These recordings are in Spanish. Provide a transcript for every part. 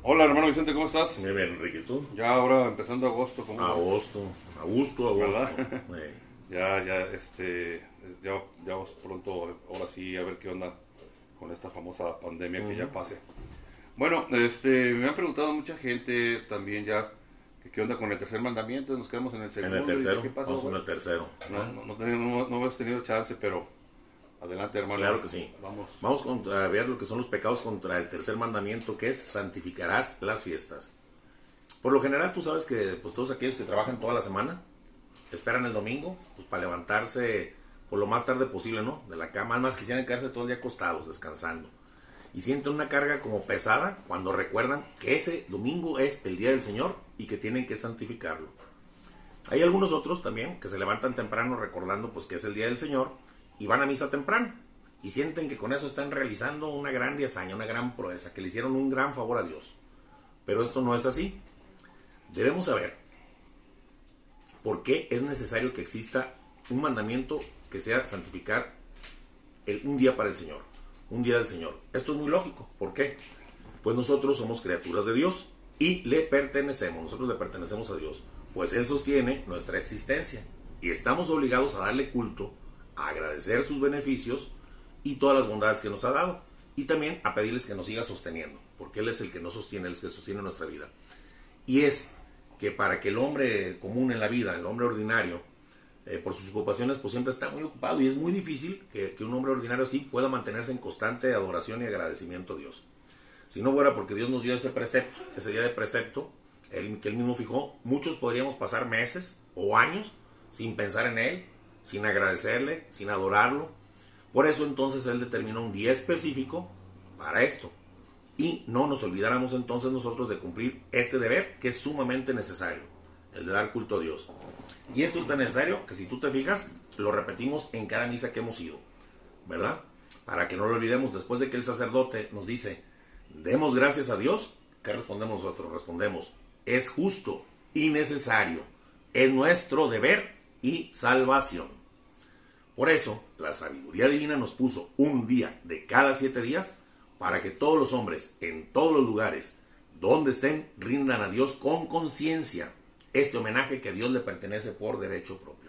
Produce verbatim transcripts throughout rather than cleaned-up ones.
Hola, hermano Vicente, ¿cómo estás? Muy bien, Enrique, ¿y tú? Ya ahora empezando agosto, ¿cómo vas? Agosto, agosto, agosto. ¿Verdad? Eh, Ya, ya, este, ya, ya vamos pronto, ahora sí, a ver qué onda con esta famosa pandemia que ya Ujú. pase. Bueno, este, me han preguntado mucha gente también ya que qué onda con el tercer mandamiento, nos quedamos en el En el segundo, dice, tercero, ¿qué pasó? vamos con el tercero. No, ¿eh? no, no, tenemos- no hemos tenido chance, pero adelante, hermano. Claro que sí. Vamos. Vamos contra- a ver lo que son los pecados contra el tercer mandamiento, que es santificarás las fiestas. Por lo general, tú sabes que pues, todos aquellos que trabajan toda la semana esperan el domingo pues, para levantarse por lo más tarde posible, ¿no? De la cama, además quisieran quedarse todo el día acostados, descansando. Y sienten una carga como pesada cuando recuerdan que ese domingo es el día del Señor y que tienen que santificarlo. Hay algunos otros también que se levantan temprano recordando pues que es el día del Señor y van a misa temprano y sienten que con eso están realizando una gran hazaña, una gran proeza, que le hicieron un gran favor a Dios. Pero esto no es así. Debemos saber por qué es necesario que exista un mandamiento que sea santificar el, un día para el Señor, un día del Señor. Esto es muy lógico. ¿Por qué? Pues nosotros somos criaturas de Dios y le pertenecemos, nosotros le pertenecemos a Dios, pues Él sostiene nuestra existencia y estamos obligados a darle culto, a agradecer sus beneficios y todas las bondades que nos ha dado y también a pedirles que nos siga sosteniendo, porque Él es el que nos sostiene, el que sostiene nuestra vida. Y es que para que el hombre común en la vida, el hombre ordinario, eh, por sus ocupaciones, pues siempre está muy ocupado y es muy difícil que, que un hombre ordinario así pueda mantenerse en constante adoración y agradecimiento a Dios. Si no fuera porque Dios nos dio ese precepto, ese día de precepto, el, que Él mismo fijó, muchos podríamos pasar meses o años sin pensar en Él, sin agradecerle, sin adorarlo. Por eso entonces Él determinó un día específico para esto. Y no nos olvidáramos entonces nosotros de cumplir este deber que es sumamente necesario, el de dar culto a Dios. Y esto es tan necesario que si tú te fijas, lo repetimos en cada misa que hemos ido, ¿verdad? Para que no lo olvidemos, después de que el sacerdote nos dice, demos gracias a Dios, ¿qué respondemos nosotros? Respondemos, es justo y necesario, es nuestro deber y salvación. Por eso, la sabiduría divina nos puso un día de cada siete días para que todos los hombres, en todos los lugares, donde estén, rindan a Dios con conciencia este homenaje que a Dios le pertenece por derecho propio.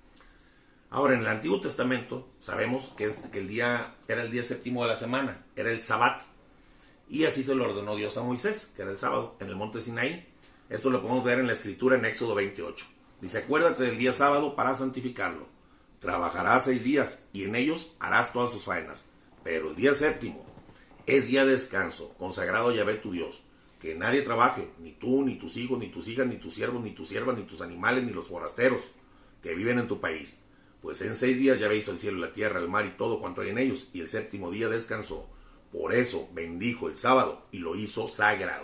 Ahora, en el Antiguo Testamento, sabemos que, es, que el día era el día séptimo de la semana, era el Sabbat, y así se lo ordenó Dios a Moisés, que era el sábado, en el monte Sinaí. Esto lo podemos ver en la Escritura en Éxodo veintiocho. Dice, acuérdate del día sábado para santificarlo. Trabajarás seis días, y en ellos harás todas tus faenas. Pero el día séptimo es día de descanso, consagrado a Yahvé tu Dios. Que nadie trabaje, ni tú, ni tus hijos, ni tus hijas, ni tus siervos, ni tus siervas, ni tus animales, ni los forasteros que viven en tu país. Pues en seis días Yahvé hizo el cielo, la tierra, el mar y todo cuanto hay en ellos, y el séptimo día descansó. Por eso bendijo el sábado y lo hizo sagrado.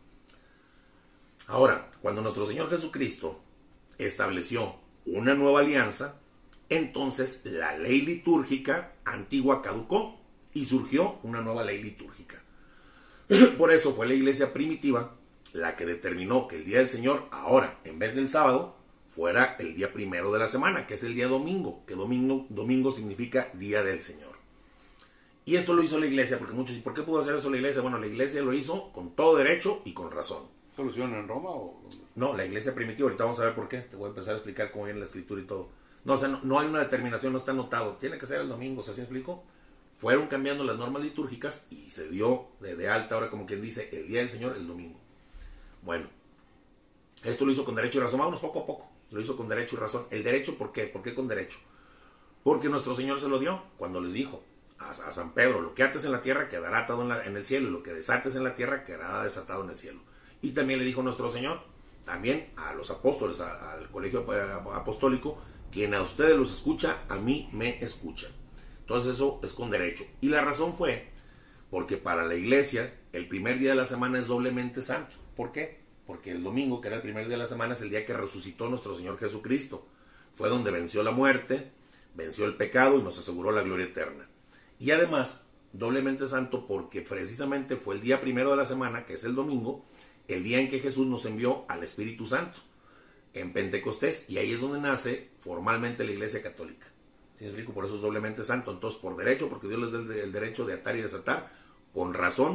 Ahora, cuando nuestro Señor Jesucristo estableció una nueva alianza, entonces la ley litúrgica antigua caducó y surgió una nueva ley litúrgica. Por eso fue la iglesia primitiva la que determinó que el día del Señor, ahora, en vez del sábado, fuera el día primero de la semana, que es el día domingo, que domingo, domingo significa día del Señor. Y esto lo hizo la iglesia, porque muchos dicen, ¿por qué pudo hacer eso la iglesia? Bueno, la iglesia lo hizo con todo derecho y con razón. ¿Esto lo hicieron en Roma o...? No, la iglesia primitiva, ahorita vamos a ver por qué, te voy a empezar a explicar cómo viene la escritura y todo. No, o sea, no, no hay una determinación, no está anotado, tiene que ser el domingo, ¿se así explico? Fueron cambiando las normas litúrgicas y se dio de, de alta, ahora como quien dice, el día del Señor, el domingo. Bueno, esto lo hizo con derecho y razón, vámonos poco a poco, lo hizo con derecho y razón. ¿El derecho por qué? ¿Por qué con derecho? Porque nuestro Señor se lo dio cuando les dijo a, a San Pedro, lo que ates en la tierra quedará atado en, la, en el cielo, y lo que desates en la tierra quedará desatado en el cielo. Y también le dijo nuestro Señor, también a los apóstoles, a, al colegio apostólico, quien a ustedes los escucha, a mí me escucha. Entonces eso es con derecho. Y la razón fue porque para la iglesia el primer día de la semana es doblemente santo. ¿Por qué? Porque el domingo, que era el primer día de la semana, es el día que resucitó nuestro Señor Jesucristo. Fue donde venció la muerte, venció el pecado y nos aseguró la gloria eterna. Y además, doblemente santo porque precisamente fue el día primero de la semana, que es el domingo, el día en que Jesús nos envió al Espíritu Santo, en Pentecostés, y ahí es donde nace formalmente la Iglesia Católica. ¿Sí me explico? Por eso es doblemente santo. Entonces, por derecho, porque Dios les da el, el derecho de atar y desatar, con razón,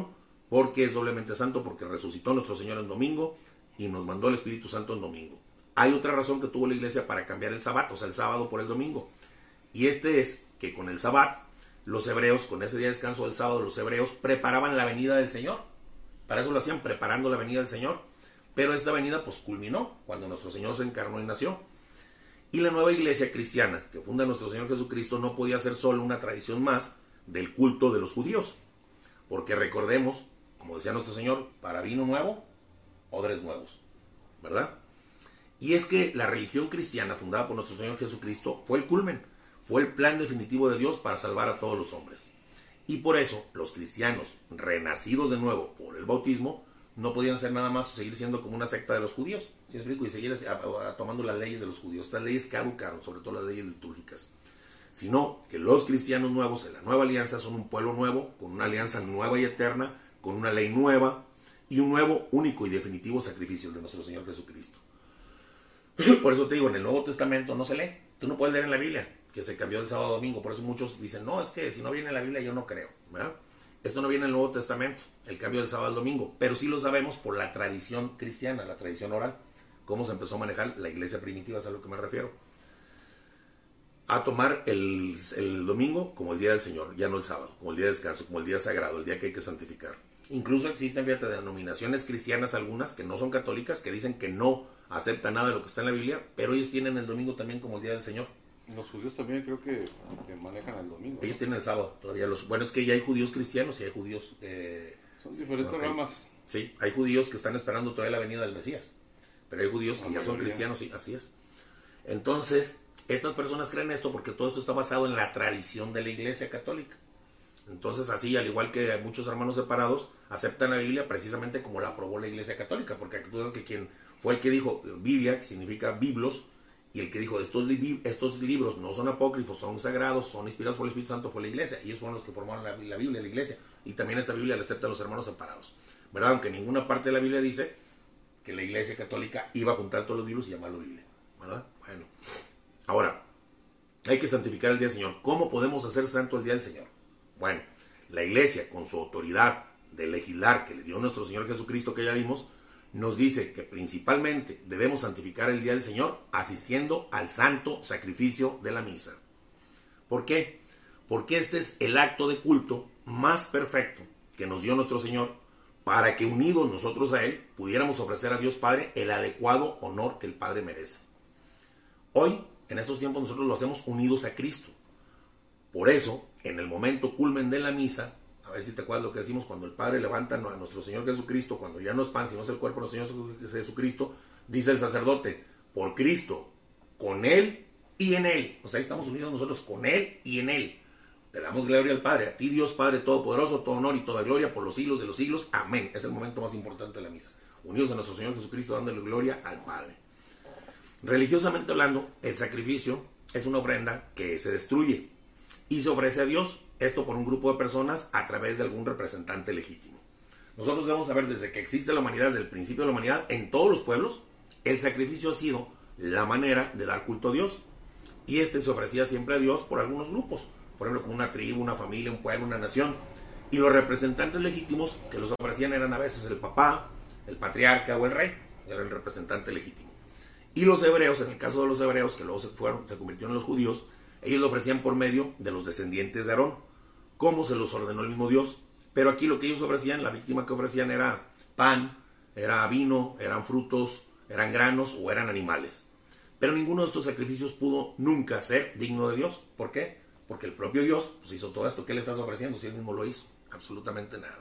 porque es doblemente santo, porque resucitó nuestro Señor en domingo y nos mandó el Espíritu Santo en domingo. Hay otra razón que tuvo la iglesia para cambiar el sabbat, o sea, el sábado por el domingo. Y este es que con el sabbat, los hebreos, con ese día de descanso del sábado, los hebreos preparaban la venida del Señor. Para eso lo hacían, preparando la venida del Señor. Pero esta venida pues culminó cuando nuestro Señor se encarnó y nació. Y la nueva iglesia cristiana que funda nuestro Señor Jesucristo no podía ser solo una tradición más del culto de los judíos. Porque recordemos, como decía nuestro Señor, para vino nuevo, odres nuevos, ¿verdad? Y es que la religión cristiana fundada por nuestro Señor Jesucristo fue el culmen, fue el plan definitivo de Dios para salvar a todos los hombres. Y por eso los cristianos, renacidos de nuevo por el bautismo, no podían ser nada más seguir siendo como una secta de los judíos, ¿sí explico? Y seguir a, a, a, tomando las leyes de los judíos. Estas leyes caducaron, sobre todo las leyes litúrgicas. Sino que los cristianos nuevos en la nueva alianza son un pueblo nuevo, con una alianza nueva y eterna, con una ley nueva y un nuevo, único y definitivo sacrificio de nuestro Señor Jesucristo. Por eso te digo, en el Nuevo Testamento no se lee. Tú no puedes leer en la Biblia que se cambió del sábado a domingo. Por eso muchos dicen, no, es que si no viene en la Biblia yo no creo, ¿verdad? Esto no viene en el Nuevo Testamento, el cambio del sábado al domingo, pero sí lo sabemos por la tradición cristiana, la tradición oral, cómo se empezó a manejar la iglesia primitiva, es a lo que me refiero. A tomar el, el domingo como el día del Señor, ya no el sábado, como el día de descanso, como el día sagrado, el día que hay que santificar. Incluso existen, fíjate, denominaciones cristianas algunas que no son católicas, que dicen que no aceptan nada de lo que está en la Biblia, pero ellos tienen el domingo también como el día del Señor. Los judíos también creo que, que manejan el domingo. Ellos, ¿no?, tienen el sábado todavía. Los, bueno, es que ya hay judíos cristianos y hay judíos... Eh, son diferentes okay. ramas. Sí, hay judíos que están esperando todavía la venida del Mesías, pero hay judíos que ya son cristianos, sí, así es. Entonces, estas personas creen esto porque todo esto está basado en la tradición de la iglesia católica. Entonces, así, al igual que muchos hermanos separados, aceptan la Biblia precisamente como la aprobó la iglesia católica, porque tú sabes que quien fue el que dijo Biblia, que significa biblos, y el que dijo, estos, li estos libros no son apócrifos, son sagrados, son inspirados por el Espíritu Santo, fue la iglesia. Ellos fueron los que formaron la, la Biblia, la iglesia. Y también esta Biblia la aceptan los hermanos separados, ¿verdad? Aunque ninguna parte de la Biblia dice que la iglesia católica iba a juntar todos los libros y llamarlo Biblia, ¿verdad? Bueno, ahora, hay que santificar el día del Señor. ¿Cómo podemos hacer santo el día del Señor? Bueno, la iglesia, con su autoridad de legislar que le dio nuestro Señor Jesucristo, que ya vimos, nos dice que principalmente debemos santificar el día del Señor asistiendo al santo sacrificio de la misa. ¿Por qué? Porque este es el acto de culto más perfecto que nos dio nuestro Señor para que unidos nosotros a Él pudiéramos ofrecer a Dios Padre el adecuado honor que el Padre merece. Hoy, en estos tiempos, nosotros lo hacemos unidos a Cristo. Por eso, en el momento culmen de la misa, a ver si te acuerdas lo que decimos cuando el Padre levanta a nuestro Señor Jesucristo, cuando ya no es pan, sino es el cuerpo de nuestro Señor Jesucristo, dice el sacerdote, por Cristo, con Él y en Él. O sea, ahí estamos unidos nosotros con Él y en Él. Te damos gloria al Padre, a ti Dios Padre Todopoderoso, todo honor y toda gloria por los siglos de los siglos. Amén. Es el momento más importante de la misa. Unidos a nuestro Señor Jesucristo, dándole gloria al Padre. Religiosamente hablando, el sacrificio es una ofrenda que se destruye y se ofrece a Dios. Esto por un grupo de personas a través de algún representante legítimo. Nosotros debemos saber desde que existe la humanidad, desde el principio de la humanidad, en todos los pueblos, el sacrificio ha sido la manera de dar culto a Dios. Y este se ofrecía siempre a Dios por algunos grupos. Por ejemplo, como una tribu, una familia, un pueblo, una nación. Y los representantes legítimos que los ofrecían eran a veces el papá, el patriarca o el rey. Era el representante legítimo. Y los hebreos, en el caso de los hebreos, que luego se, fueron, se convirtieron en los judíos, ellos lo ofrecían por medio de los descendientes de Aarón, como se los ordenó el mismo Dios. Pero aquí lo que ellos ofrecían, la víctima que ofrecían era pan, era vino, eran frutos, eran granos o eran animales. Pero ninguno de estos sacrificios pudo nunca ser digno de Dios. ¿Por qué? Porque el propio Dios pues, hizo todo esto. ¿Qué le estás ofreciendo si él mismo lo hizo? Absolutamente nada.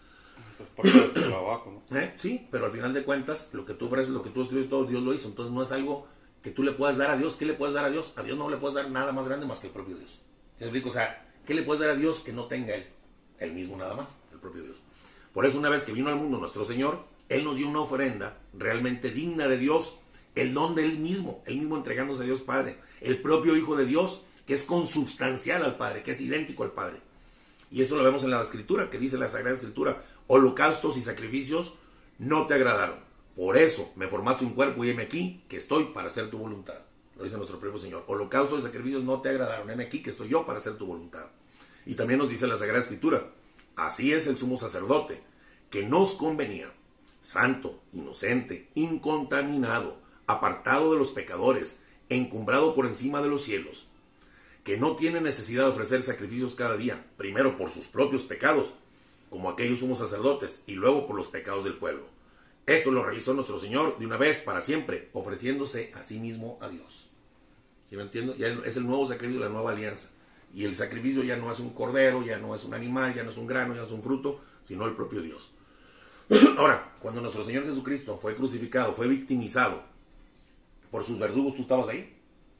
Es parte del trabajo, ¿no? ¿Eh? Sí, pero al final de cuentas, lo que tú ofreces, lo que tú estudias, todo Dios lo hizo. Entonces no es algo que tú le puedas dar a Dios. ¿Qué le puedes dar a Dios? A Dios no le puedes dar nada más grande más que el propio Dios. ¿Sí me explico? O sea, ¿qué le puedes dar a Dios que no tenga Él? Él mismo nada más, el propio Dios. Por eso una vez que vino al mundo nuestro Señor, Él nos dio una ofrenda realmente digna de Dios, el don de Él mismo, Él mismo entregándose a Dios Padre, el propio Hijo de Dios, que es consubstancial al Padre, que es idéntico al Padre. Y esto lo vemos en la Escritura, que dice la Sagrada Escritura, holocaustos y sacrificios no te agradaron. Por eso me formaste un cuerpo y heme aquí, que estoy para hacer tu voluntad. Lo dice nuestro propio Señor. Holocaustos y sacrificios no te agradaron. Heme aquí que estoy yo para hacer tu voluntad. Y también nos dice la Sagrada Escritura. Así es el sumo sacerdote, que nos convenía, santo, inocente, incontaminado, apartado de los pecadores, encumbrado por encima de los cielos, que no tiene necesidad de ofrecer sacrificios cada día, primero por sus propios pecados, como aquellos sumos sacerdotes, y luego por los pecados del pueblo. Esto lo realizó nuestro Señor de una vez para siempre, ofreciéndose a sí mismo a Dios. ¿Sí me entiendo? Ya es el nuevo sacrificio de la nueva alianza. Y el sacrificio ya no es un cordero, ya no es un animal, ya no es un grano, ya no es un fruto, sino el propio Dios. Ahora, cuando nuestro Señor Jesucristo fue crucificado, fue victimizado por sus verdugos, ¿tú estabas ahí?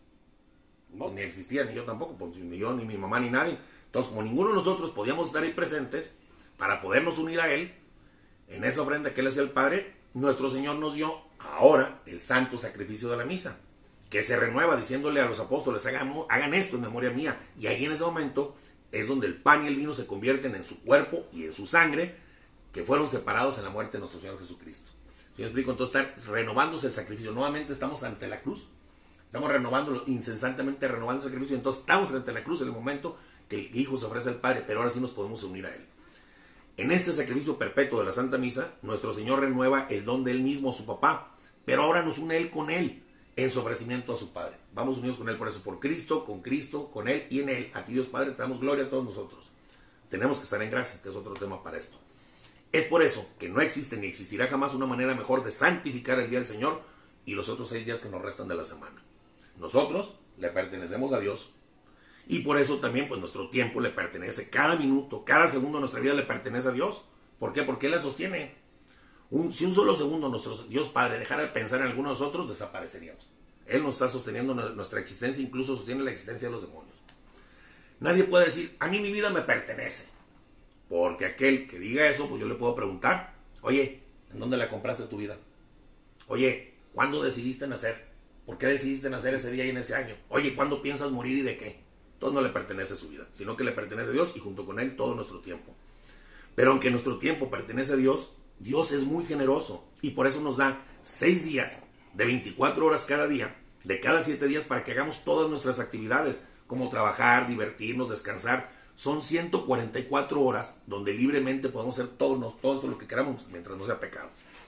No, ni existía, ni yo tampoco, pues, ni yo, ni mi mamá, ni nadie. Entonces, como ninguno de nosotros podíamos estar ahí presentes para podernos unir a Él, en esa ofrenda que Él hacía al Padre, nuestro Señor nos dio ahora el santo sacrificio de la misa, que se renueva diciéndole a los apóstoles, hagan, hagan esto en memoria mía. Y ahí en ese momento es donde el pan y el vino se convierten en su cuerpo y en su sangre, que fueron separados en la muerte de nuestro Señor Jesucristo. ¿Sí me explico? Entonces está renovándose el sacrificio. Nuevamente estamos ante la cruz. Estamos renovándolo, incesantemente renovando el sacrificio. Entonces estamos frente a la cruz en el momento que el Hijo se ofrece al Padre, pero ahora sí nos podemos unir a Él. En este sacrificio perpetuo de la Santa Misa, nuestro Señor renueva el don de Él mismo a su papá, pero ahora nos une Él con Él en su ofrecimiento a su Padre. Vamos unidos con Él por eso, por Cristo, con Cristo, con Él y en Él. A ti Dios Padre, te damos gloria a todos nosotros. Tenemos que estar en gracia, que es otro tema para esto. Es por eso que no existe ni existirá jamás una manera mejor de santificar el día del Señor y los otros seis días que nos restan de la semana. Nosotros le pertenecemos a Dios y por eso también pues nuestro tiempo le pertenece. Cada minuto, cada segundo de nuestra vida le pertenece a Dios. ¿Por qué? Porque Él la sostiene. Un, si un solo segundo nuestro Dios Padre dejara de pensar en alguno de nosotros, desapareceríamos. Él nos está sosteniendo nuestra existencia, incluso sostiene la existencia de los demonios. Nadie puede decir, a mí mi vida me pertenece. Porque aquel que diga eso, pues yo le puedo preguntar, oye, ¿en dónde la compraste tu vida? Oye, ¿cuándo decidiste nacer? ¿Por qué decidiste nacer ese día y en ese año? Oye, ¿cuándo piensas morir y de qué? Todo no le pertenece a su vida, sino que le pertenece a Dios y junto con Él todo nuestro tiempo. Pero aunque nuestro tiempo pertenece a Dios, Dios es muy generoso y por eso nos da seis días de veinticuatro horas cada día, de cada siete días para que hagamos todas nuestras actividades, como trabajar, divertirnos, descansar. Son ciento cuarenta y cuatro horas donde libremente podemos hacer todo, todo lo que queramos mientras no sea pecado.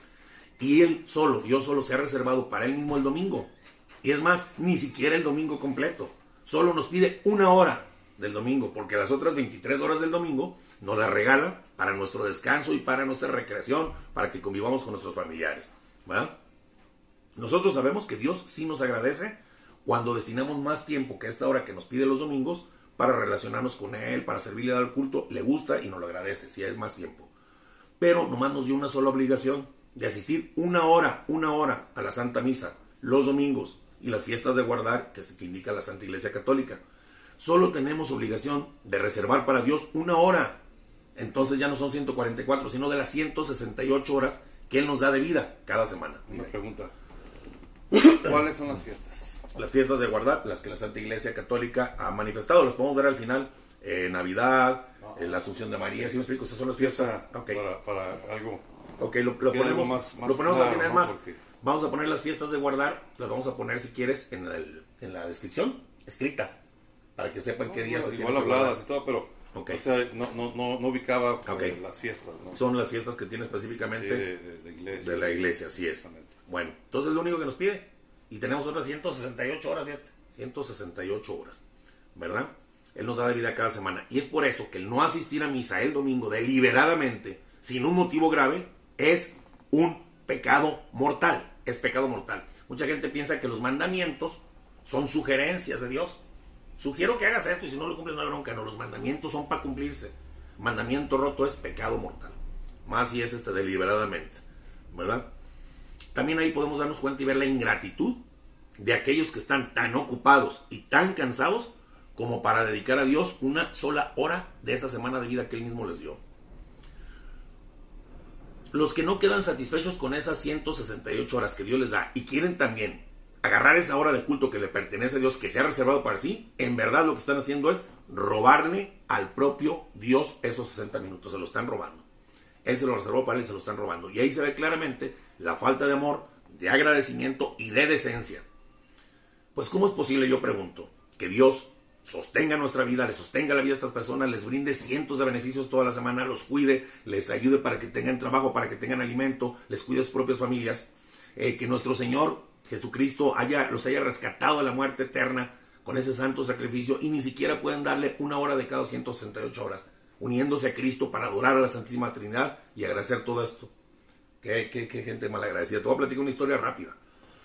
Y Él solo, Dios solo se ha reservado para Él mismo el domingo. Y es más, ni siquiera el domingo completo. Solo nos pide una hora del domingo, porque las otras veintitrés horas del domingo nos las regala para nuestro descanso y para nuestra recreación, para que convivamos con nuestros familiares, ¿verdad? Nosotros sabemos que Dios sí nos agradece cuando destinamos más tiempo que esta hora que nos pide los domingos para relacionarnos con Él, para servirle al culto. Le gusta y nos lo agradece, si es más tiempo. Pero nomás nos dio una sola obligación, de asistir una hora, una hora a la Santa Misa, los domingos y las fiestas de guardar que, que indica la Santa Iglesia Católica. Solo tenemos obligación de reservar para Dios una hora. Entonces ya no son ciento cuarenta y cuatro, sino de las ciento sesenta y ocho horas que Él nos da de vida cada semana. Una pregunta. ¿Cuáles son las fiestas? Las fiestas de guardar, las que la Santa Iglesia Católica ha manifestado, las podemos ver al final, eh, Navidad, no. eh, la Asunción de María, ¿sí me explico? Esas son las fiestas. O sea, okay. para, para algo. Ok, lo, lo ponemos, más, más lo ponemos claro, al final, ¿no? Más. Porque... Vamos a poner las fiestas de guardar, las vamos a poner si quieres en, el, en la descripción, escritas, para que sepan no, qué días no, se igual habladas y todo, pero okay. O sea, no, no, no, no ubicaba okay. las fiestas, ¿no? Son las fiestas que tiene específicamente sí, de, de, de, iglesia, de la iglesia, así es. Bueno, entonces es lo único que nos pide. Y tenemos otras ciento sesenta y ocho horas, fíjate. ciento sesenta y ocho horas, ¿verdad? Él nos da de vida cada semana. Y es por eso que el no asistir a misa el domingo deliberadamente, sin un motivo grave, es un pecado mortal. Es pecado mortal. Mucha gente piensa que los mandamientos son sugerencias de Dios. Sugiero que hagas esto y si no lo cumples no hay bronca. No, los mandamientos son para cumplirse. Mandamiento roto es pecado mortal. Más si es este deliberadamente, ¿verdad? También ahí podemos darnos cuenta y ver la ingratitud de aquellos que están tan ocupados y tan cansados como para dedicar a Dios una sola hora de esa semana de vida que Él mismo les dio. Los que no quedan satisfechos con esas ciento sesenta y ocho horas que Dios les da y quieren también agarrar esa hora de culto que le pertenece a Dios, que se ha reservado para sí, en verdad lo que están haciendo es robarle al propio Dios esos sesenta minutos, se lo están robando. Él se lo reservó para él y se lo están robando. Y ahí se ve claramente la falta de amor, de agradecimiento y de decencia. Pues ¿cómo es posible, yo pregunto, que Dios, sostenga nuestra vida, les sostenga la vida a estas personas, les brinde cientos de beneficios toda la semana, los cuide, les ayude para que tengan trabajo, para que tengan alimento, les cuide a sus propias familias, eh, que nuestro Señor Jesucristo haya, los haya rescatado de la muerte eterna con ese santo sacrificio y ni siquiera pueden darle una hora de cada ciento sesenta y ocho horas, uniéndose a Cristo para adorar a la Santísima Trinidad y agradecer todo esto. Qué, qué, qué gente malagradecida. Te voy a platicar una historia rápida.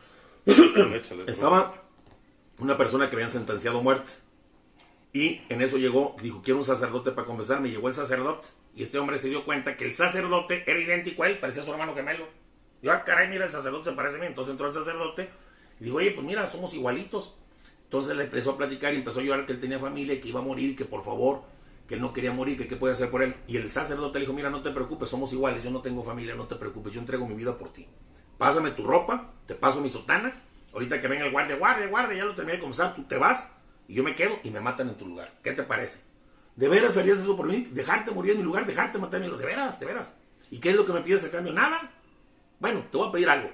Estaba una persona que habían sentenciado a muerte. Y en eso llegó, dijo, quiero un sacerdote para confesarme. Llegó el sacerdote. Y este hombre se dio cuenta que el sacerdote era idéntico a él, parecía su hermano gemelo. Dijo, ah, caray, mira, el sacerdote se parece a mí. Entonces entró el sacerdote y dijo, oye, pues mira, somos igualitos. Entonces le empezó a platicar y empezó a llorar que él tenía familia, que iba a morir, que por favor, que él no quería morir, que qué puede hacer por él. Y el sacerdote le dijo, mira, no te preocupes, somos iguales, yo no tengo familia, no te preocupes, yo entrego mi vida por ti. Pásame tu ropa, te paso mi sotana, ahorita que venga el guardia, guardia, guardia, ya lo terminé de confesar, tú te vas y yo me quedo y me matan en tu lugar. ¿Qué te parece? ¿De veras harías eso por mí? ¿Dejarte morir en mi lugar? ¿Dejarte matar en mi lugar? ¿De veras? ¿De veras? ¿Y qué es lo que me pides a cambio? Nada. Bueno, te voy a pedir algo.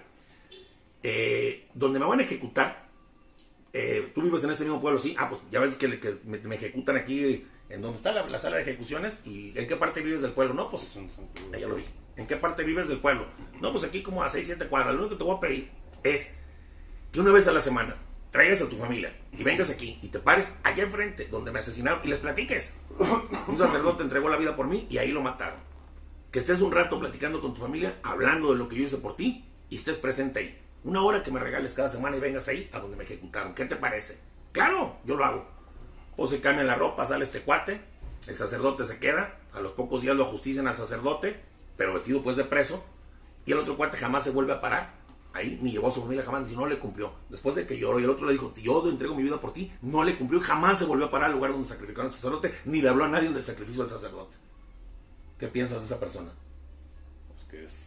Eh, donde me van a ejecutar, eh, tú vives en este mismo pueblo, ¿sí? Ah, pues ya ves que, que me, me ejecutan aquí en donde está la, la sala de ejecuciones. ¿Y en qué parte vives del pueblo? No, pues, ya lo vi. ¿En qué parte vives del pueblo? No, pues aquí como a seis, siete cuadras. Lo único que te voy a pedir es que una vez a la semana traigas a tu familia y vengas aquí y te pares allá enfrente donde me asesinaron y les platiques. Un sacerdote entregó la vida por mí y ahí lo mataron. Que estés un rato platicando con tu familia, hablando de lo que yo hice por ti y estés presente ahí. Una hora que me regales cada semana y vengas ahí a donde me ejecutaron. ¿Qué te parece? Claro, yo lo hago. Pues se cambia la ropa, sale este cuate, el sacerdote se queda, a los pocos días lo ajustician al sacerdote, pero vestido pues de preso, y el otro cuate jamás se vuelve a parar ahí, ni llevó a su familia jamás, y no le cumplió. Después de que lloró y el otro le dijo, yo entrego mi vida por ti, no le cumplió y jamás se volvió a parar al lugar donde sacrificaron al sacerdote, ni le habló a nadie del sacrificio del sacerdote. ¿Qué piensas de esa persona? Pues que es,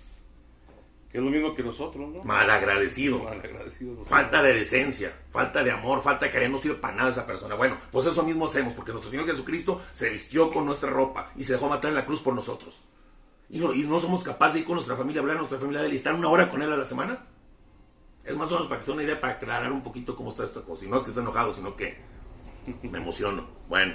que es lo mismo que nosotros, ¿no? Malagradecido. Malagradecido. Falta de decencia, falta de amor, falta de querer, no sirve para nada esa persona. Bueno, pues eso mismo hacemos, porque nuestro Señor Jesucristo se vistió con nuestra ropa y se dejó matar en la cruz por nosotros. Y no, y no somos capaces de ir con nuestra familia, hablar a nuestra familia de él y estar una hora con él a la semana. Es más o menos para que sea una idea, para aclarar un poquito cómo está esta cosa. Y no es que esté enojado, sino que me emociono. Bueno,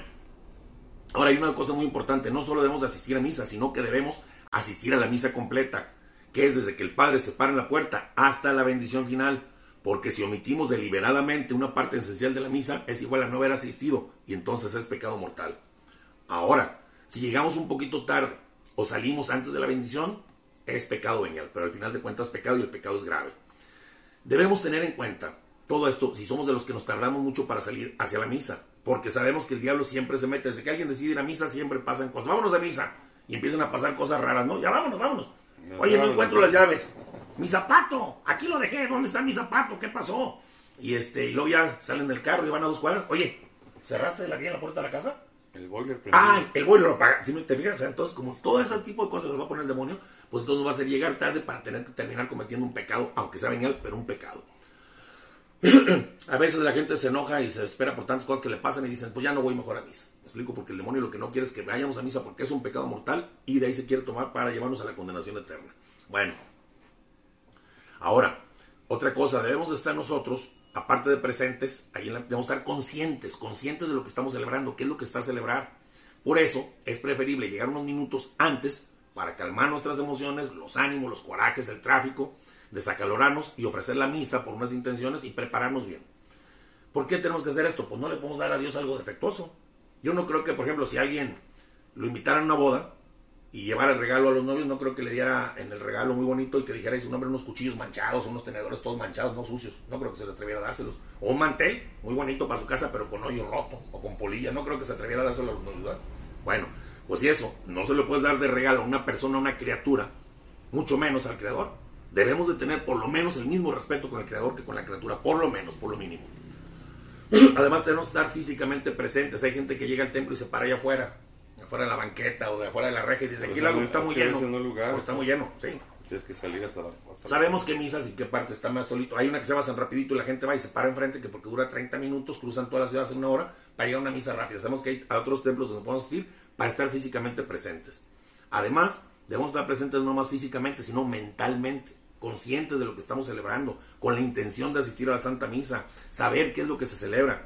ahora hay una cosa muy importante. No solo debemos de asistir a misa, sino que debemos asistir a la misa completa, que es desde que el Padre se para en la puerta hasta la bendición final. Porque si omitimos deliberadamente una parte esencial de la misa, es igual a no haber asistido, y entonces es pecado mortal. Ahora, si llegamos un poquito tarde o salimos antes de la bendición, es pecado venial, pero al final de cuentas es pecado y el pecado es grave. Debemos tener en cuenta todo esto si somos de los que nos tardamos mucho para salir hacia la misa, porque sabemos que el diablo siempre se mete. Desde que alguien decide ir a misa siempre pasan cosas. Vámonos a misa, y empiezan a pasar cosas raras, ¿no? Ya vámonos, vámonos. Oye, no encuentro las llaves. Mi zapato, aquí lo dejé, ¿dónde está mi zapato? ¿Qué pasó? Y este, y luego ya salen del carro y van a dos cuadras. Oye, ¿cerraste la, la puerta de la casa? El boiler prendido. Ah, el boiler lo apaga. Si te fijas, entonces como todo ese tipo de cosas les va a poner el demonio, pues entonces nos va a hacer llegar tarde para tener que terminar cometiendo un pecado, aunque sea venial, pero un pecado. A veces la gente se enoja y se desespera por tantas cosas que le pasan y dicen, pues ya no voy mejor a misa. Me explico, porque el demonio lo que no quiere es que vayamos a misa porque es un pecado mortal y de ahí se quiere tomar para llevarnos a la condenación eterna. Bueno, ahora, otra cosa, debemos de estar nosotros, aparte de presentes, ahí la, debemos estar conscientes, conscientes de lo que estamos celebrando, qué es lo que está a celebrar. Por eso es preferible llegar unos minutos antes para calmar nuestras emociones, los ánimos, los corajes, el tráfico, desacalorarnos y ofrecer la misa por unas intenciones y prepararnos bien. ¿Por qué tenemos que hacer esto? Pues no le podemos dar a Dios algo defectuoso. Yo no creo que, por ejemplo, si alguien lo invitara a una boda y llevara el regalo a los novios, no creo que le diera en el regalo muy bonito y que dijera su nombre unos cuchillos manchados, unos tenedores todos manchados, no sucios. No creo que se le atreviera a dárselos. O un mantel muy bonito para su casa, pero con hoyo roto o con polilla. No creo que se atreviera a dárselo a los novios, ¿verdad? Bueno, pues si eso no se lo puedes dar de regalo a una persona, a una criatura, mucho menos al Creador. Debemos de tener por lo menos el mismo respeto con el Creador que con la criatura, por lo menos, por lo mínimo. Además tenemos que estar físicamente presentes. Hay gente que llega al templo y se para allá afuera, afuera de la banqueta o de afuera de la reja y dice, aquí el lago está muy lleno. Pues está muy lleno, sí. Tienes que salir hasta la... Hasta Sabemos la... que misas y qué parte está más solito. Hay una que se va tan rapidito y la gente va y se para enfrente, que porque dura treinta minutos, cruzan toda la ciudad hace una hora para llegar a una misa rápida. Sabemos que hay otros templos donde podemos asistir para estar físicamente presentes. Además, debemos estar presentes no más físicamente, sino mentalmente, conscientes de lo que estamos celebrando, con la intención de asistir a la Santa Misa, saber qué es lo que se celebra.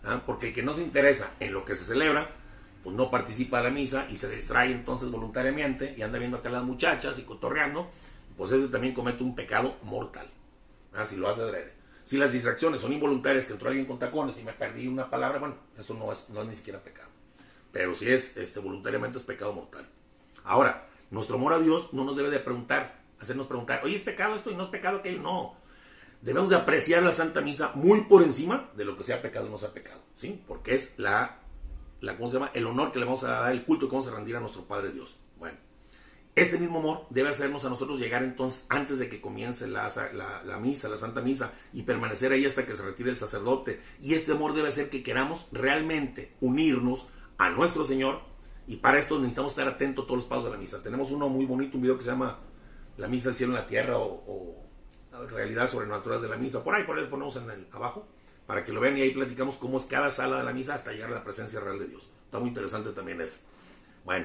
¿ah? Porque el que no se interesa en lo que se celebra, pues no participa de la misa y se distrae entonces voluntariamente y anda viendo acá a las muchachas y cotorreando, pues ese también comete un pecado mortal, ¿ah? Si lo hace adrede. Si las distracciones son involuntarias, que entró alguien con tacones y me perdí una palabra, bueno, eso no es, no es ni siquiera pecado. Pero si es este, voluntariamente, es pecado mortal. Ahora, nuestro amor a Dios no nos debe de preguntar, hacernos preguntar, oye, ¿es pecado esto y no es pecado aquello? No. Debemos de apreciar la Santa Misa muy por encima de lo que sea pecado o no sea pecado, ¿sí? Porque es la, la, ¿cómo se llama? El honor que le vamos a dar, el culto que vamos a rendir a nuestro Padre Dios. Bueno, este mismo amor debe hacernos a nosotros llegar entonces antes de que comience la, la, la misa, la Santa Misa, y permanecer ahí hasta que se retire el sacerdote. Y este amor debe hacer que queramos realmente unirnos a nuestro Señor, y para esto necesitamos estar atentos a todos los pasos de la misa. Tenemos uno muy bonito, un video que se llama La Misa del Cielo en la Tierra, o, o Realidad Sobrenaturales de la Misa. Por ahí, por ahí les ponemos en el abajo, para que lo vean, y ahí platicamos cómo es cada sala de la misa hasta llegar a la presencia real de Dios. Está muy interesante también eso. Bueno,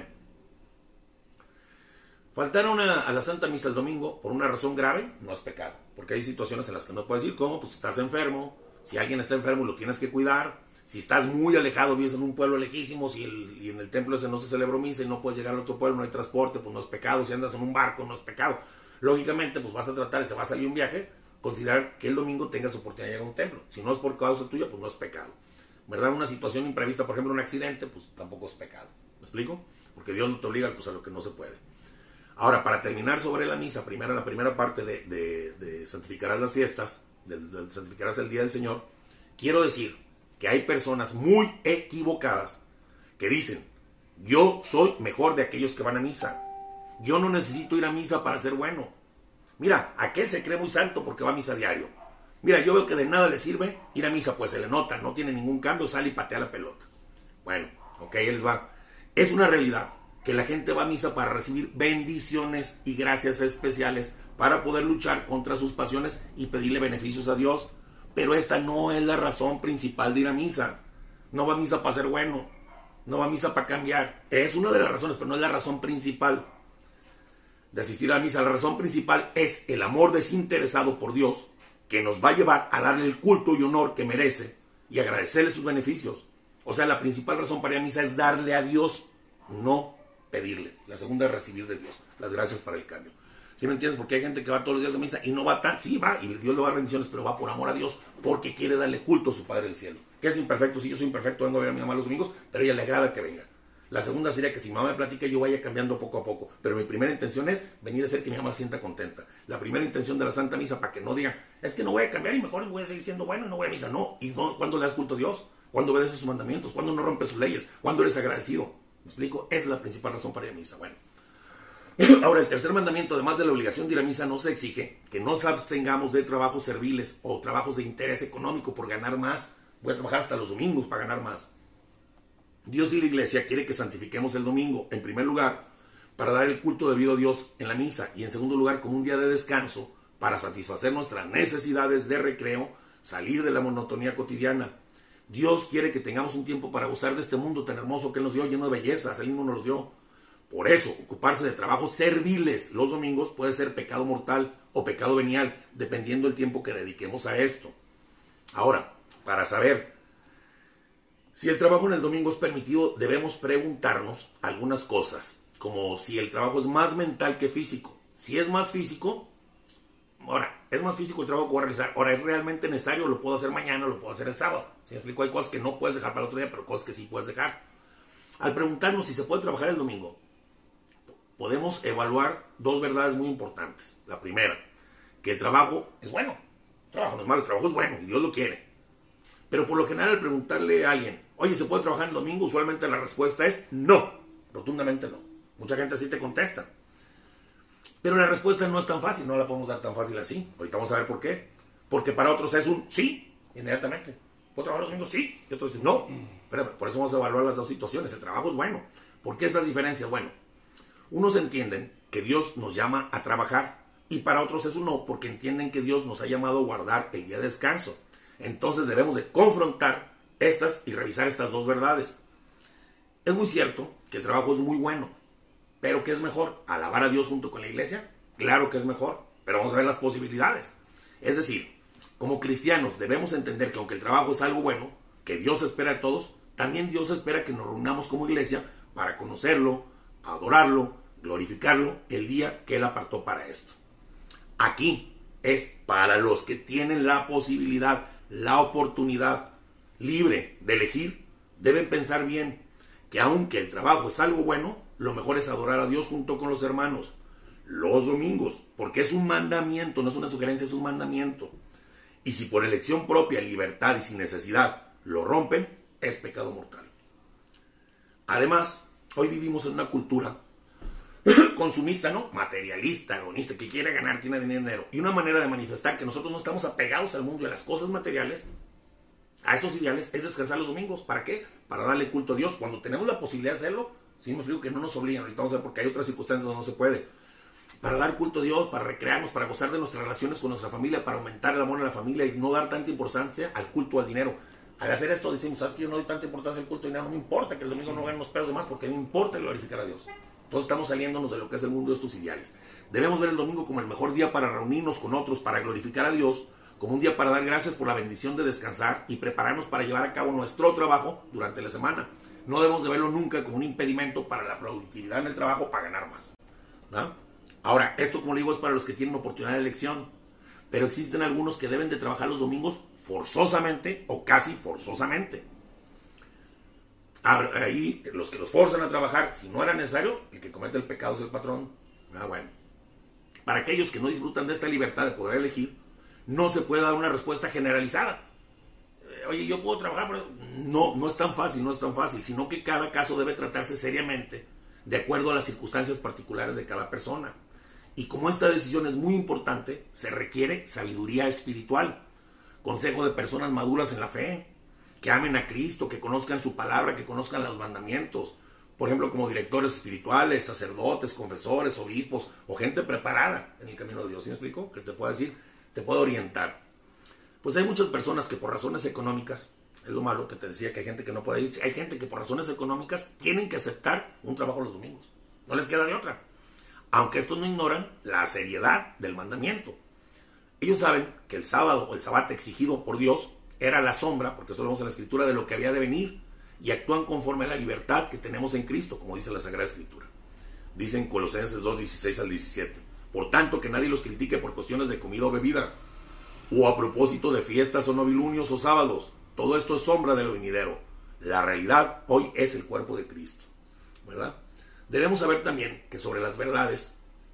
faltar a, una, a la Santa Misa el domingo por una razón grave no es pecado, porque hay situaciones en las que no puedes ir. ¿Cómo? Pues estás enfermo, si alguien está enfermo lo tienes que cuidar. Si estás muy alejado, vives en un pueblo lejísimo, si el, y en el templo ese no se celebró misa y no puedes llegar al otro pueblo, no hay transporte, pues no es pecado. Si andas en un barco, no es pecado. Lógicamente, pues vas a tratar, y se va a salir un viaje, considerar que el domingo tengas oportunidad de llegar a un templo. Si no es por causa tuya, pues no es pecado. ¿Verdad? Una situación imprevista, por ejemplo, un accidente, pues tampoco es pecado. ¿Me explico? Porque Dios no te obliga, pues, a lo que no se puede. Ahora, para terminar sobre la misa, primero, la primera parte de, de, de santificarás las fiestas, de, de santificarás el día del Señor, quiero decir que hay personas muy equivocadas que dicen, yo soy mejor de aquellos que van a misa. Yo no necesito ir a misa para ser bueno. Mira, aquel se cree muy santo porque va a misa diario. Mira, yo veo que de nada le sirve ir a misa, pues se le nota, no tiene ningún cambio, sale y patea la pelota. Bueno, ok, ahí les va. Es una realidad que la gente va a misa para recibir bendiciones y gracias especiales para poder luchar contra sus pasiones y pedirle beneficios a Dios. Pero esta no es la razón principal de ir a misa. No va a misa para ser bueno. No va a misa para cambiar. Es una de las razones, pero no es la razón principal de asistir a la misa. La razón principal es el amor desinteresado por Dios, que nos va a llevar a darle el culto y honor que merece y agradecerle sus beneficios. O sea, la principal razón para ir a misa es darle a Dios, no pedirle. La segunda es recibir de Dios las gracias para el cambio. ¿Sí me entiendes? Porque hay gente que va todos los días a misa y no va tan, sí va, y Dios le va a dar bendiciones, pero va por amor a Dios, porque quiere darle culto a su Padre del Cielo. Que es imperfecto, sí, yo soy imperfecto, vengo a ver a mi mamá los domingos, pero a ella le agrada que venga. La segunda sería que si mi mamá me platica, yo vaya cambiando poco a poco, pero mi primera intención es venir a hacer que mi mamá sienta contenta. La primera intención de la Santa Misa, para que no digan, es que no voy a cambiar y mejor voy a seguir siendo bueno y no voy a misa. No, y no, ¿cuándo le das culto a Dios? ¿Cuándo obedeces sus mandamientos? ¿Cuándo no rompes sus leyes? ¿Cuándo eres agradecido? ¿Me explico? Esa es la principal razón para ir a misa. Bueno. Ahora, el tercer mandamiento, además de la obligación de ir a misa, nos exige que no nos abstengamos de trabajos serviles o trabajos de interés económico por ganar más. Voy a trabajar hasta los domingos para ganar más. Dios y la iglesia quiere que santifiquemos el domingo, en primer lugar, para dar el culto debido a Dios en la misa, y en segundo lugar, como un día de descanso, para satisfacer nuestras necesidades de recreo, salir de la monotonía cotidiana. Dios quiere que tengamos un tiempo para gozar de este mundo tan hermoso que Él nos dio, lleno de bellezas, Él mismo nos los dio. Por eso, ocuparse de trabajos serviles los domingos puede ser pecado mortal o pecado venial, dependiendo del tiempo que dediquemos a esto. Ahora, para saber si el trabajo en el domingo es permitido, debemos preguntarnos algunas cosas, como si el trabajo es más mental que físico. Si es más físico, ahora, es más físico el trabajo que voy a realizar. Ahora, ¿es realmente necesario? Lo puedo hacer mañana, lo puedo hacer el sábado. ¿Sí me explico? Hay cosas que no puedes dejar para el otro día, pero cosas que sí puedes dejar. Al preguntarnos si se puede trabajar el domingo, podemos evaluar dos verdades muy importantes. La primera, que el trabajo es bueno. El trabajo no es malo, el trabajo es bueno y Dios lo quiere. Pero por lo general, al preguntarle a alguien, oye, ¿se puede trabajar el domingo? Usualmente la respuesta es no, rotundamente no. Mucha gente así te contesta. Pero la respuesta no es tan fácil, no la podemos dar tan fácil así. Ahorita vamos a ver por qué. Porque para otros es un sí, inmediatamente. ¿Puedo trabajar los domingos? Sí. Y otros dicen no. Espérame, por eso vamos a evaluar las dos situaciones. El trabajo es bueno. ¿Por qué estas diferencias? Bueno, unos entienden que Dios nos llama a trabajar y para otros es un no, porque entienden que Dios nos ha llamado a guardar el día de descanso. Entonces debemos de confrontar estas y revisar estas dos verdades. Es muy cierto que el trabajo es muy bueno, pero ¿qué es mejor? ¿Alabar a Dios junto con la iglesia? Claro que es mejor, pero vamos a ver las posibilidades. Es decir, como cristianos debemos entender que aunque el trabajo es algo bueno, que Dios espera de todos, también Dios espera que nos reunamos como iglesia para conocerlo, adorarlo, glorificarlo el día que Él apartó para esto. Aquí es para los que tienen la posibilidad, la oportunidad libre de elegir, deben pensar bien que aunque el trabajo es algo bueno, lo mejor es adorar a Dios junto con los hermanos los domingos, porque es un mandamiento, no es una sugerencia, es un mandamiento. Y si por elección propia, libertad y sin necesidad lo rompen, es pecado mortal. Además, hoy vivimos en una cultura consumista, ¿no? Materialista, hedonista, que quiere ganar, tiene dinero. Y una manera de manifestar que nosotros no estamos apegados al mundo y a las cosas materiales, a esos ideales, es descansar los domingos. ¿Para qué? Para darle culto a Dios. Cuando tenemos la posibilidad de hacerlo, sí me explico que no nos obligan. Ahorita vamos a ver porque hay otras circunstancias donde no se puede. Para dar culto a Dios, para recrearnos, para gozar de nuestras relaciones con nuestra familia, para aumentar el amor en la familia y no dar tanta importancia al culto al dinero. Al hacer esto decimos, ¿sabes que yo no doy tanta importancia al culto al dinero? No me importa que el domingo no gane unos pesos de más, porque me importa glorificar a Dios. Todos estamos saliéndonos de lo que es el mundo de estos ideales. Debemos ver el domingo como el mejor día para reunirnos con otros, para glorificar a Dios, como un día para dar gracias por la bendición de descansar y prepararnos para llevar a cabo nuestro trabajo durante la semana. No debemos de verlo nunca como un impedimento para la productividad en el trabajo, para ganar más, ¿no? Ahora, esto, como le digo, es para los que tienen oportunidad de elección, pero existen algunos que deben de trabajar los domingos forzosamente o casi forzosamente. Ahí, los que los forzan a trabajar, si no era necesario, el que comete el pecado es el patrón. Ah, bueno. Para aquellos que no disfrutan de esta libertad de poder elegir, no se puede dar una respuesta generalizada. Oye, yo puedo trabajar, pero no, no es tan fácil, no es tan fácil, sino que cada caso debe tratarse seriamente, de acuerdo a las circunstancias particulares de cada persona. Y como esta decisión es muy importante, se requiere sabiduría espiritual, consejo de personas maduras en la fe, que amen a Cristo, que conozcan su palabra, que conozcan los mandamientos. Por ejemplo, como directores espirituales, sacerdotes, confesores, obispos, o gente preparada en el camino de Dios. ¿Sí me explico? Que te pueda decir, te pueda orientar. Pues hay muchas personas que por razones económicas, es lo malo que te decía, que hay gente que no puede ir, hay gente que por razones económicas tienen que aceptar un trabajo los domingos. No les queda de otra. Aunque estos no ignoran la seriedad del mandamiento. Ellos saben que el sábado o el sabbat exigido por Dios era la sombra, porque eso lo vemos en la Escritura, de lo que había de venir, y actúan conforme a la libertad que tenemos en Cristo, como dice la Sagrada Escritura. Dice en Colosenses dos, dieciséis al diecisiete. Por tanto, que nadie los critique por cuestiones de comida o bebida, o a propósito de fiestas o novilunios o sábados. Todo esto es sombra de lo venidero. La realidad hoy es el cuerpo de Cristo, ¿verdad? Debemos saber también que sobre las verdades,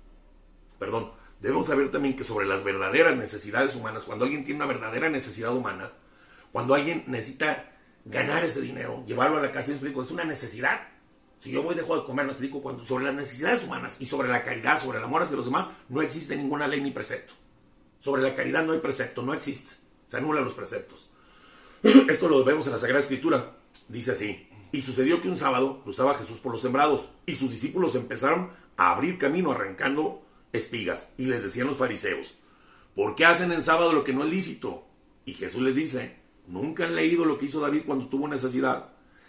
perdón, debemos saber también que sobre las verdaderas necesidades humanas, cuando alguien tiene una verdadera necesidad humana, cuando alguien necesita ganar ese dinero, llevarlo a la casa, me explico, es una necesidad. Si yo voy y dejo de comer, me explico, cuando sobre las necesidades humanas y sobre la caridad, sobre el amor hacia los demás, no existe ninguna ley ni precepto. Sobre la caridad no hay precepto, no existe. Se anulan los preceptos. Esto lo vemos en la Sagrada Escritura. Dice así: y sucedió que un sábado cruzaba Jesús por los sembrados, y sus discípulos empezaron a abrir camino arrancando espigas. Y les decían los fariseos: ¿por qué hacen en sábado lo que no es lícito? Y Jesús les dice: ¿nunca han leído lo que hizo David cuando tuvo necesidad?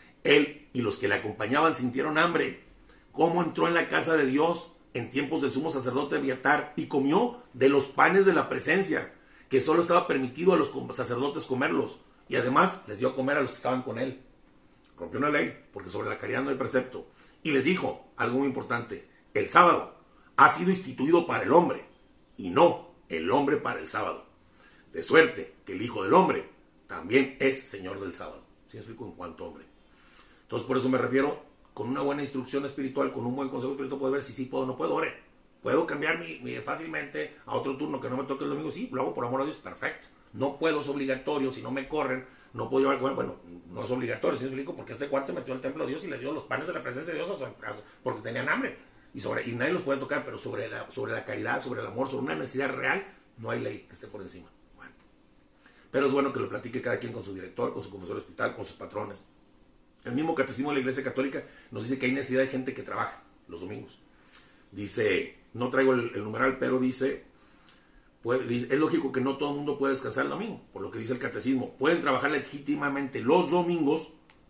Él y los que le acompañaban sintieron hambre. ¿Cómo entró en la casa de Dios en tiempos del sumo sacerdote Abiatar y comió de los panes de la presencia, que solo estaba permitido a los sacerdotes comerlos? Y además les dio a comer a los que estaban con él. Rompió una ley, porque sobre la caridad no hay precepto. Y les dijo algo muy importante: el sábado ha sido instituido para el hombre, y no el hombre para el sábado. De suerte que el Hijo del Hombre también es Señor del sábado. ¿Sí me explico? En cuanto hombre. Entonces, por eso me refiero, con una buena instrucción espiritual, con un buen consejo espiritual, puedo ver si sí puedo o no puedo. Ore. Puedo cambiar mi, mi, fácilmente a otro turno que no me toque el domingo. Sí, lo hago por amor a Dios, perfecto. No puedo, es obligatorio, si no me corren, no puedo llevar a comer. Bueno, no es obligatorio, ¿sí me explico? Porque este cuate se metió al templo de Dios y le dio los panes de la presencia de Dios a, a, porque tenían hambre. Y, sobre, y nadie los puede tocar, pero sobre la, sobre la caridad, sobre el amor, sobre una necesidad real, no hay ley que esté por encima. Bueno. Pero es bueno que lo platique cada quien con su director, con su confesor hospital, con sus patrones. El mismo catecismo de la Iglesia Católica nos dice que hay necesidad de gente que trabaja los domingos. Dice, no traigo el, el numeral, pero dice, puede, dice, es lógico que no todo el mundo puede descansar el domingo, por lo que dice el catecismo. Pueden trabajar legítimamente los domingos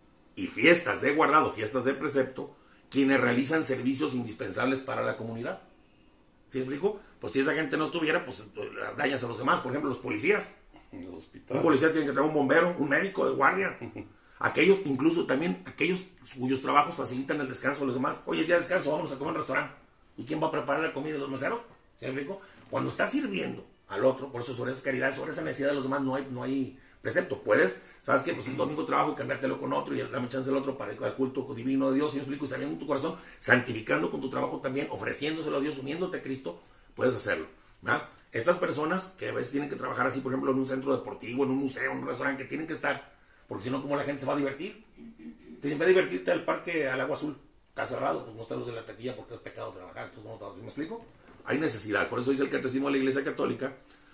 y fiestas de guardado, fiestas de precepto, quienes realizan servicios indispensables para la comunidad. ¿Sí explico? Pues si esa gente no estuviera, pues dañas a los demás. Por ejemplo, los policías. En los hospitales. Un policía tiene que traer un bombero, un médico de guardia. Aquellos, incluso también, aquellos cuyos trabajos facilitan el descanso a los demás. Oye, ya descanso, vamos a comer en un restaurante. ¿Y quién va a preparar la comida? ¿Los meseros? ¿Sí me explico? Cuando estás sirviendo al otro, por eso sobre esa caridad, sobre esa necesidad de los demás, no hay, no hay precepto. Puedes, ¿sabes qué? Pues es domingo trabajo y cambiártelo con otro y dame chance al otro para ir al culto divino de Dios, ¿sí me explico? Y sabiendo en tu corazón, santificando con tu trabajo también, ofreciéndoselo a Dios, uniéndote a Cristo, puedes hacerlo, ¿verdad? Estas personas que a veces tienen que trabajar así, por ejemplo, en un centro deportivo, en un museo, en un restaurante, que tienen que estar, porque si no, ¿cómo la gente se va a divertir? Te dicen, ve a divertirte al parque al Agua Azul. Está cerrado, pues no está luz de la taquilla porque es pecado trabajar. Entonces, ¿cómo te vas? ¿Me explico? Hay necesidades. Por eso dice el Catecismo de la Iglesia Católica,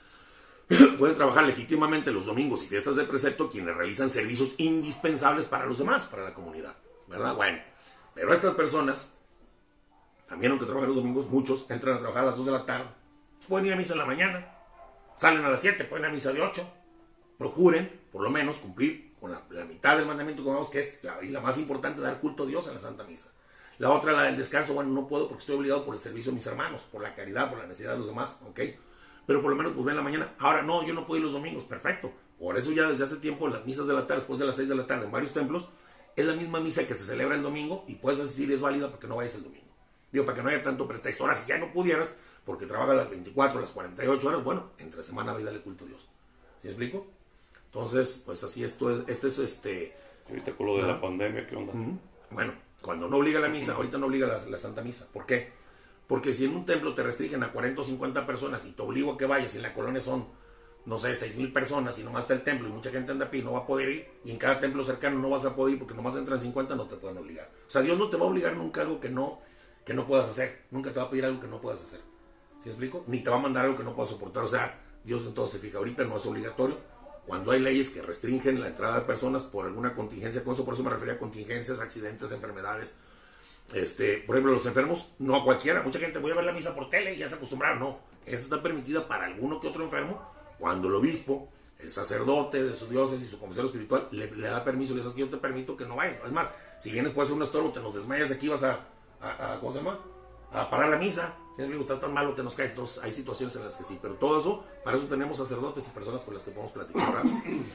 pueden trabajar legítimamente los domingos y fiestas de precepto quienes realizan servicios indispensables para los demás, para la comunidad, ¿verdad? Bueno, pero estas personas, también aunque trabajan los domingos, muchos entran a trabajar a las dos de la tarde. Pueden ir a misa en la mañana, salen a las siete, pueden ir a misa de ocho. Procuren, por lo menos, cumplir con la, la mitad del mandamiento que vemos, que es la, y la más importante, dar culto a Dios en la Santa Misa. La otra, la del descanso, bueno, no puedo porque estoy obligado por el servicio de mis hermanos, por la caridad, por la necesidad de los demás, ¿ok? Pero por lo menos pues ven en la mañana. Ahora no, yo no puedo ir los domingos, perfecto. Por eso ya desde hace tiempo las misas de la tarde, después de las seis de la tarde en varios templos, es la misma misa que se celebra el domingo y puedes asistir, es válida para que no vayas el domingo. Digo, para que no haya tanto pretexto. Ahora, si ya no pudieras, porque trabajas las veinticuatro, las cuarenta y ocho horas, bueno, entre semana ve y dale culto a Dios. ¿Sí me explico? Entonces, pues así esto es, este es este... Ahorita con lo de ¿Ah? la pandemia, ¿qué onda? Uh-huh. Bueno, cuando no obliga la misa, ahorita no obliga la, la Santa Misa. ¿Por qué? Porque si en un templo te restringen a cuarenta o cincuenta personas y te obligo a que vayas y en la colonia son, no sé, seis mil personas y nomás está el templo y mucha gente anda a pie y no va a poder ir, y en cada templo cercano no vas a poder ir porque nomás entran cincuenta, no te pueden obligar. O sea, Dios no te va a obligar nunca a algo que no, que no puedas hacer. Nunca te va a pedir algo que no puedas hacer. ¿Sí me explico? Ni te va a mandar algo que no puedas soportar. O sea, Dios entonces se fija. Ahorita no es obligatorio. Cuando hay leyes que restringen la entrada de personas por alguna contingencia, con eso, por eso me refería a contingencias, accidentes, enfermedades. Este, por ejemplo, los enfermos, no a cualquiera. Mucha gente, voy a ver la misa por tele y ya se acostumbraron. No, esa está permitida para alguno que otro enfermo, cuando el obispo, el sacerdote de su diócesis y su confesor espiritual le, le da permiso, le dice que yo te permito que no vayas. Es más, si vienes puedes hacer un estorbo, te nos desmayas aquí, vas a, a, a ¿cómo se llama? A parar la misa. Si no estás tan malo que nos caes. Entonces hay situaciones en las que sí, pero todo eso, para eso tenemos sacerdotes y personas con las que podemos platicar, ¿verdad?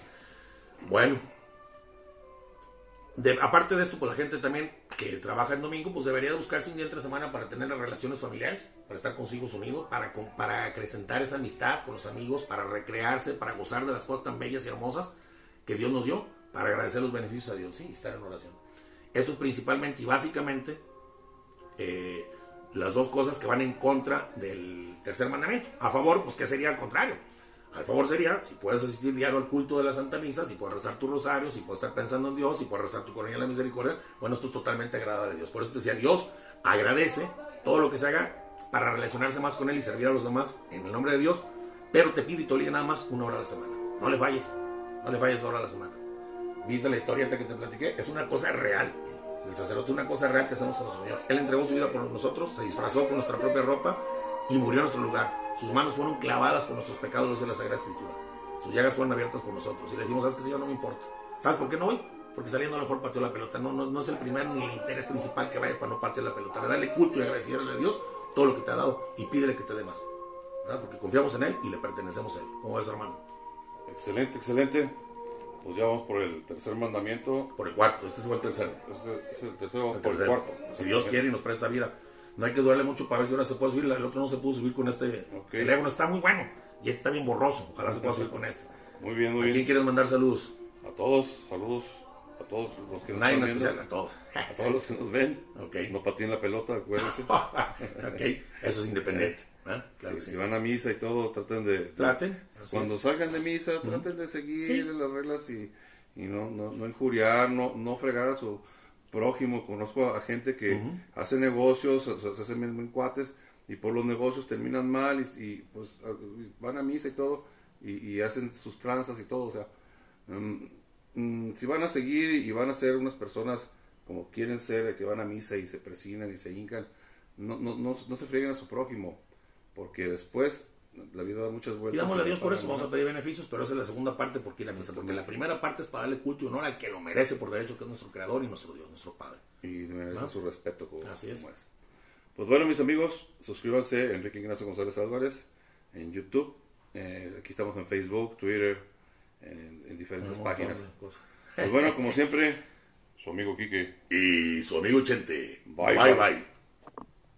Bueno, de, aparte de esto, pues la gente también que trabaja en domingo, pues debería de buscarse un día entre semana para tener las relaciones familiares, para estar con sus hijos unidos, para, para acrecentar esa amistad con los amigos, para recrearse, para gozar de las cosas tan bellas y hermosas que Dios nos dio, para agradecer los beneficios a Dios, sí, estar en oración. Esto es principalmente y básicamente eh, las dos cosas que van en contra del tercer mandamiento. A favor, pues que sería al contrario. Al favor sería, si puedes asistir diario al culto de la Santa Misa, si puedes rezar tu rosario, si puedes estar pensando en Dios, si puedes rezar tu coronilla de la misericordia, bueno, esto es totalmente agradable a Dios. Por eso te decía, Dios agradece todo lo que se haga para relacionarse más con Él y servir a los demás en el nombre de Dios, pero te pide y te obliga nada más una hora a la semana. No le falles, no le falles ahora a la semana. ¿Viste la historia que te platiqué? Es una cosa real. El sacerdote es una cosa real que hacemos con nuestro Señor. Él entregó su vida por nosotros, se disfrazó con nuestra propia ropa y murió en nuestro lugar. Sus manos fueron clavadas por nuestros pecados, los de la Sagrada Escritura. Sus llagas fueron abiertas por nosotros. Y le decimos, ¿sabes qué, Señor? No me importa. ¿Sabes por qué no voy? Porque saliendo a lo mejor pateó la pelota. No, no, no es el primer ni el interés principal que vayas para no patear la pelota. Dale culto y agradecerle a Dios todo lo que te ha dado y pídele que te dé más, ¿verdad? Porque confiamos en Él y le pertenecemos a Él. ¿Cómo ves, hermano? Excelente, excelente. Pues ya vamos por el tercer mandamiento. Por el cuarto. Este es el tercero. Este es el tercero, el por tercero. el cuarto. Si Dios quiere y nos presta vida. No hay que dudarle mucho para ver si ahora se puede subir. El otro no se pudo subir con este okay. teléfono. Está muy bueno. Y este está bien borroso. Ojalá se pueda subir con este. Muy bien, muy ¿A bien. ¿A quién quieres mandar saludos? A todos, saludos. A todos los que nos Nadie están en viendo. especial, a todos. A todos los que nos ven. Okay. No pateen la pelota, acuérdense. Ok, eso es independiente. ¿eh? Claro si, sí. si van a misa y todo, traten de... Traten. Cuando salgan de misa, uh-huh. traten de seguir sí. las reglas y, y no, no, no injuriar, no, no fregar a su prójimo. Conozco a gente que uh-huh. hace negocios, se, se hacen muy cuates y por los negocios terminan mal y, y pues van a misa y todo y, y hacen sus tranzas y todo. O sea, um, um, si van a seguir y van a ser unas personas como quieren ser, que van a misa y se presignan y se hincan, no, no, no, no se frieguen a su prójimo, porque después la vida da muchas vueltas. Y dámosle a Dios por eso, vamos a pedir beneficios, pero esa es la segunda parte porque ir a misa, porque la primera parte es para darle culto y honor al que lo merece por derecho, que es nuestro creador y nuestro Dios, nuestro Padre. Y merece ¿no? su respeto como, Así es. como es. Pues bueno, mis amigos, suscríbanse a Enrique Ignacio González Álvarez en YouTube, eh, aquí estamos en Facebook, Twitter, en, en diferentes páginas. Pues bueno, como siempre, su amigo Quique y su amigo Chente. Bye, bye. bye. bye.